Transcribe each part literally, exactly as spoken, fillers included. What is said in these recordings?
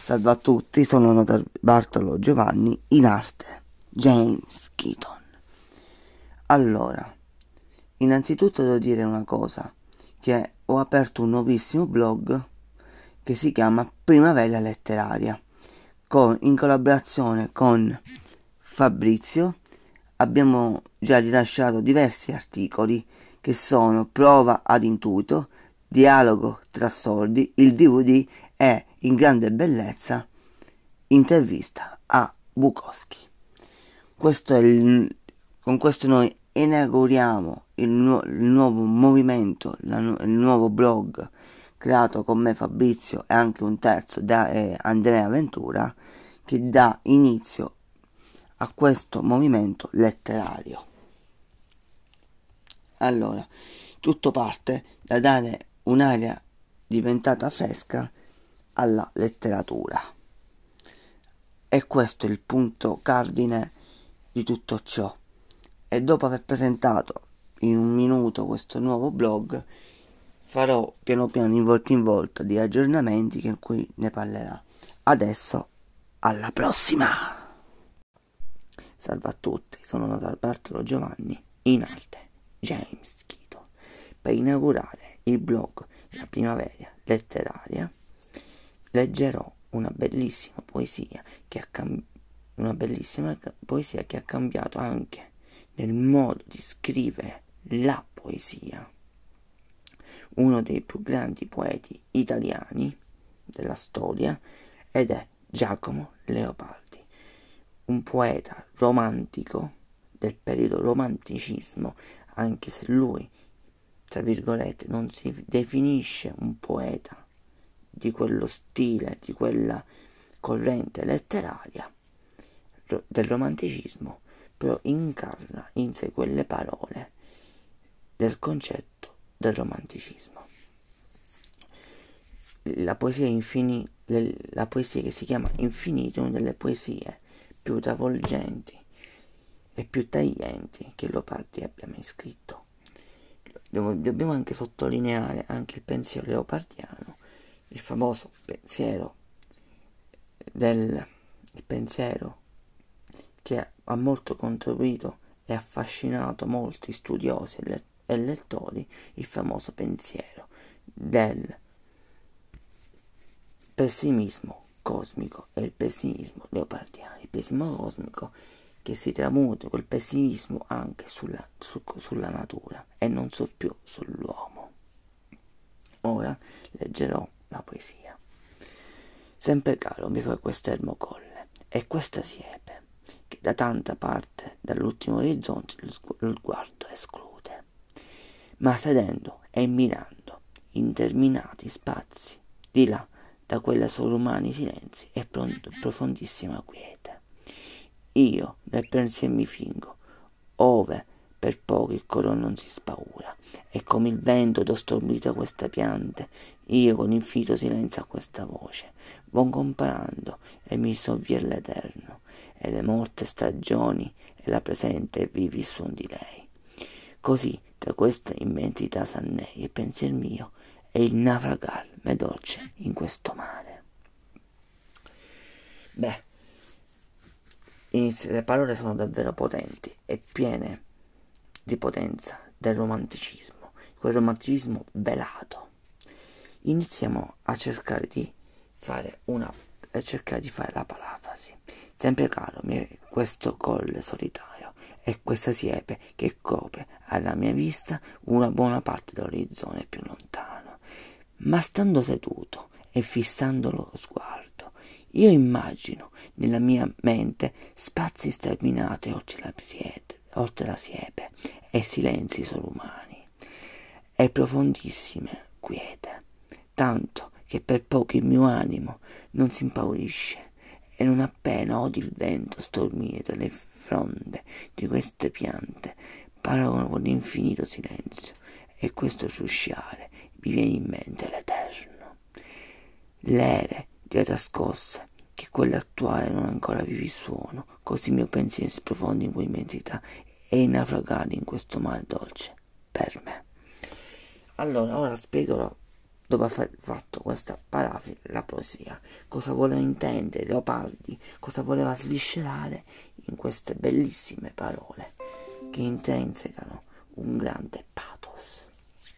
Salve a tutti, sono Notar Bartolo Giovanni, in arte James Keaton. Allora, innanzitutto devo dire una cosa, che ho aperto un nuovissimo blog che si chiama Primavera Letteraria, con, in collaborazione con Fabrizio. Abbiamo già rilasciato diversi articoli che sono Prova ad intuito, Dialogo tra sordi, il D V D e In grande bellezza, intervista a Bukowski. Questo è il, con questo noi inauguriamo il, nu- il nuovo movimento, la, il nuovo blog creato con me, Fabrizio, e anche un terzo da eh, Andrea Ventura, che dà inizio a questo movimento letterario. Allora, tutto parte da dare un'aria diventata fresca alla letteratura, e questo è il punto cardine di tutto ciò. E dopo aver presentato in un minuto questo nuovo blog, farò piano piano, in volta in volta, di aggiornamenti in cui ne parlerà. Adesso, alla prossima! Salve a tutti, sono Notar Bartolo Giovanni, in arte James Keaton. Per inaugurare il blog La Primavera Letteraria leggerò una bellissima poesia che ha cam- una bellissima poesia che ha cambiato anche nel modo di scrivere la poesia uno dei più grandi poeti italiani della storia, ed è Giacomo Leopardi, un poeta romantico del periodo romanticismo, anche se lui, tra virgolette, non si definisce un poeta di quello stile, di quella corrente letteraria del romanticismo, però incarna in sé quelle parole del concetto del romanticismo. La poesia infini, la poesia che si chiama Infinito è una delle poesie più travolgenti e più taglienti che Leopardi abbia mai scritto. Dobbiamo anche sottolineare anche il pensiero leopardiano, il famoso pensiero del il pensiero che ha molto contribuito e affascinato molti studiosi e, le, e lettori, il famoso pensiero del pessimismo cosmico e il pessimismo leopardiano, il pessimismo cosmico che si tramuta quel pessimismo anche sulla, su, sulla natura e non so più sull'uomo. Ora leggerò la poesia. Sempre caro mi fa quest'ermo colle e questa siepe, che da tanta parte dall'ultimo orizzonte lo sguardo esclude, ma sedendo e mirando interminati spazi di là, da quella sovrumani silenzi e profondissima quiete, io nel pensier mi fingo, ove per poco il coro non si spaura, e come il vento do stormita questa piante, io con infinito silenzio a questa voce von comparando e mi sovvier l'eterno e le morte stagioni e la presente e vivi suon di lei. Così tra questa immensità s'annei il pensier mio e il naufragar m'è dolce in questo mare. Beh, le parole sono davvero potenti e piene di potenza del romanticismo, quel romanticismo velato. Iniziamo a cercare di fare una a cercare di fare la parafrasi. Sempre caro questo colle solitario e questa siepe che copre alla mia vista una buona parte dell'orizzonte più lontano, ma stando seduto e fissando lo sguardo, io immagino nella mia mente spazi sterminati oltre la siepe, oltre la siepe e silenzi sovrumani e profondissime quiete, tanto che per poco il mio animo non si impaurisce e non appena odi il vento stormire tra le fronde di queste piante parlano con l'infinito silenzio, e questo frusciare mi viene in mente l'eterno, l'ere di altra scossa, che quella attuale non ancora vivi suono, così il mio pensiero si sprofonda in quell'immensità e in naufragare in questo mare dolce per me. Allora, ora spiegherò dopo aver fatto questa parafrasi la poesia, cosa voleva intendere Leopardi, cosa voleva sviscerare in queste bellissime parole che intrinsecano un grande pathos.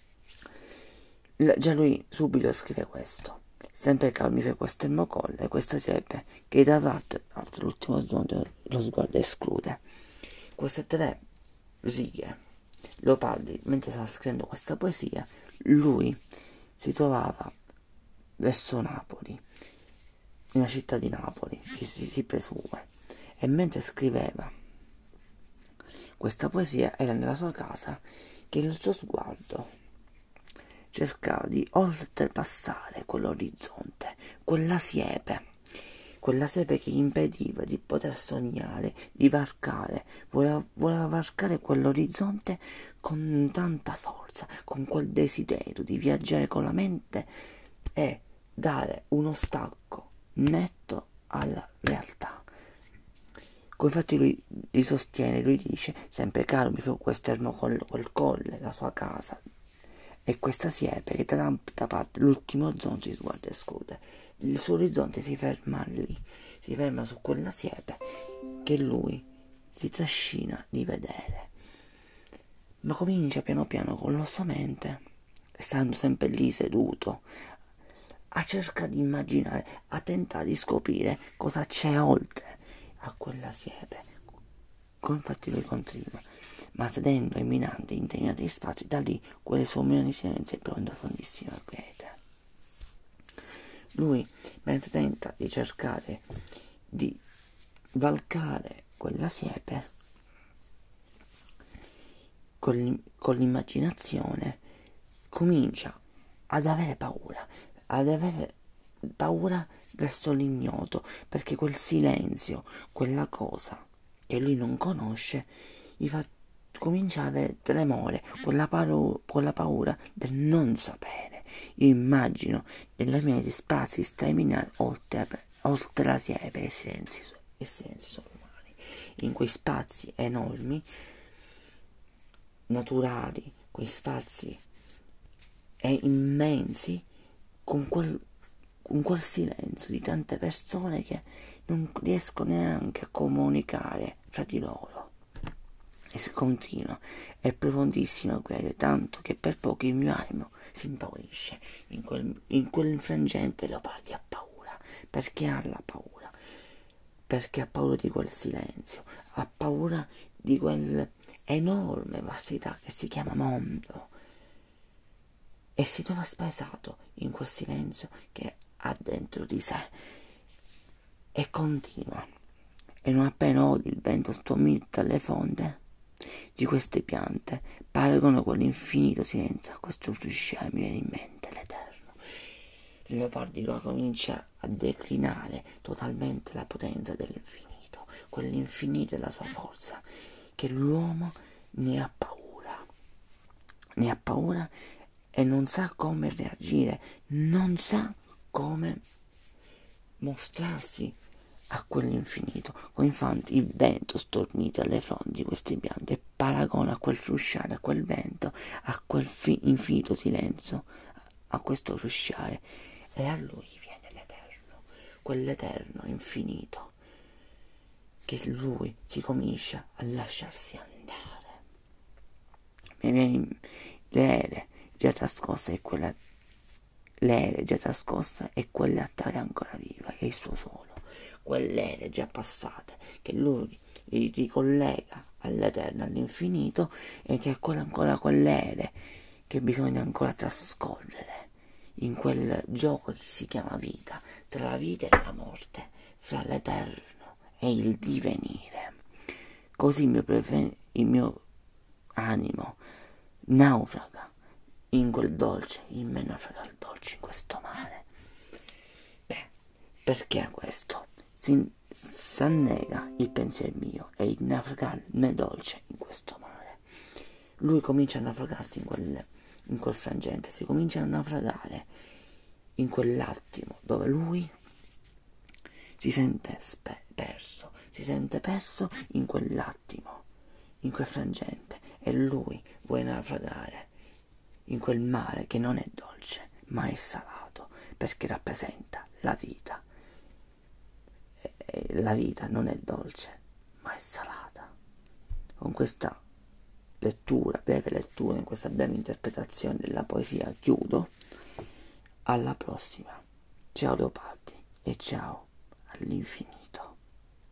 L- già lui subito scrive questo: sempre caro mi fai questo ermocolle, questa siepe, che da parte parte l'ultimo sguardo, lo sguardo esclude. Queste tre righe, Leopardi, mentre stava scrivendo questa poesia, lui si trovava verso Napoli, nella città di Napoli, si, si, si presume, e mentre scriveva questa poesia era nella sua casa che il suo sguardo cercava di oltrepassare quell'orizzonte, quella siepe, quella siepe che gli impediva di poter sognare, di varcare, voleva, voleva varcare quell'orizzonte con tanta forza, con quel desiderio di viaggiare con la mente e dare uno stacco netto alla realtà. Come infatti lui, lui sostiene, lui dice, sempre caro mi fu quest'ermo col, col colle, la sua casa, e questa siepe che da tanta parte l'ultimo orizzonte si sguarda e esclude. Il suo orizzonte si ferma lì, si ferma su quella siepe che lui si trascina di vedere. Ma comincia piano piano con la sua mente, stando sempre lì seduto, a cercare di immaginare, a tentare di scoprire cosa c'è oltre a quella siepe. Come infatti lui continua, ma sedendo e minando in determinati spazi, da lì quelle sue milioni di silenzi e profondissima quiete. Lui, mentre tenta di cercare di valcare quella siepe con, con l'immaginazione, comincia ad avere paura, ad avere paura verso l'ignoto, perché quel silenzio, quella cosa che lui non conosce, gli fa comincia ad avere tremore, quella, paru- quella paura del non sapere. Io immagino nella mia di spazi sterminati oltre, oltre la siepe e silenzi, e silenzi sovrumani, in quei spazi enormi, naturali, quei spazi e immensi, con quel, con quel silenzio di tante persone che non riescono neanche a comunicare fra di loro. E si continua, è profondissima quella, tanto che per poco il mio animo si impaurisce. In quel, in quel frangente Leopardi ha paura. Perché ha la paura? Perché ha paura di quel silenzio, ha paura di quell'enorme vastità che si chiama mondo, e si trova spaesato in quel silenzio che ha dentro di sé, e continua. E non appena odio il vento stormire alle fonde di queste piante, paragono quell'infinito silenzio a questo frusciare, mi viene in mente l'Eterno. Il Leopardi comincia a declinare totalmente la potenza dell'infinito, quell'infinito e la sua forza, che l'uomo ne ha paura, ne ha paura e non sa come reagire, non sa come mostrarsi a quell'infinito. Come infatti il vento stornito alle fronde di queste piante e paragona quel frusciare, a quel vento, a quel fi- infinito silenzio, a questo frusciare, e a lui viene l'Eterno, quell'Eterno infinito, che lui si comincia a lasciarsi andare. Mi viene l'ere già trascorsa e quella l'ere già trascorsa e quella attuale ancora viva, è il suo solo. Quelle ere già passate, che lui li ricollega all'eterno, all'infinito, e che è quella ancora quelle ere che bisogna ancora trascorrere in quel gioco che si chiama vita, tra la vita e la morte, fra l'eterno e il divenire. Così il mio, prefer- il mio animo naufraga in quel dolce, in me naufraga il dolce in questo mare. Beh, perché questo? Si, si annega il pensiero mio e il naufragare nel dolce in questo mare. Lui comincia a naufragarsi in quel, in quel frangente, si comincia a naufragare in quell'attimo dove lui si sente spe- perso, si sente perso in quell'attimo, in quel frangente, e lui vuole naufragare in quel mare che non è dolce, ma è salato perché rappresenta la vita. E la vita non è dolce, ma è salata. Con questa lettura, breve lettura, in questa breve interpretazione della poesia chiudo. Alla prossima. Ciao Leopardi e ciao all'infinito.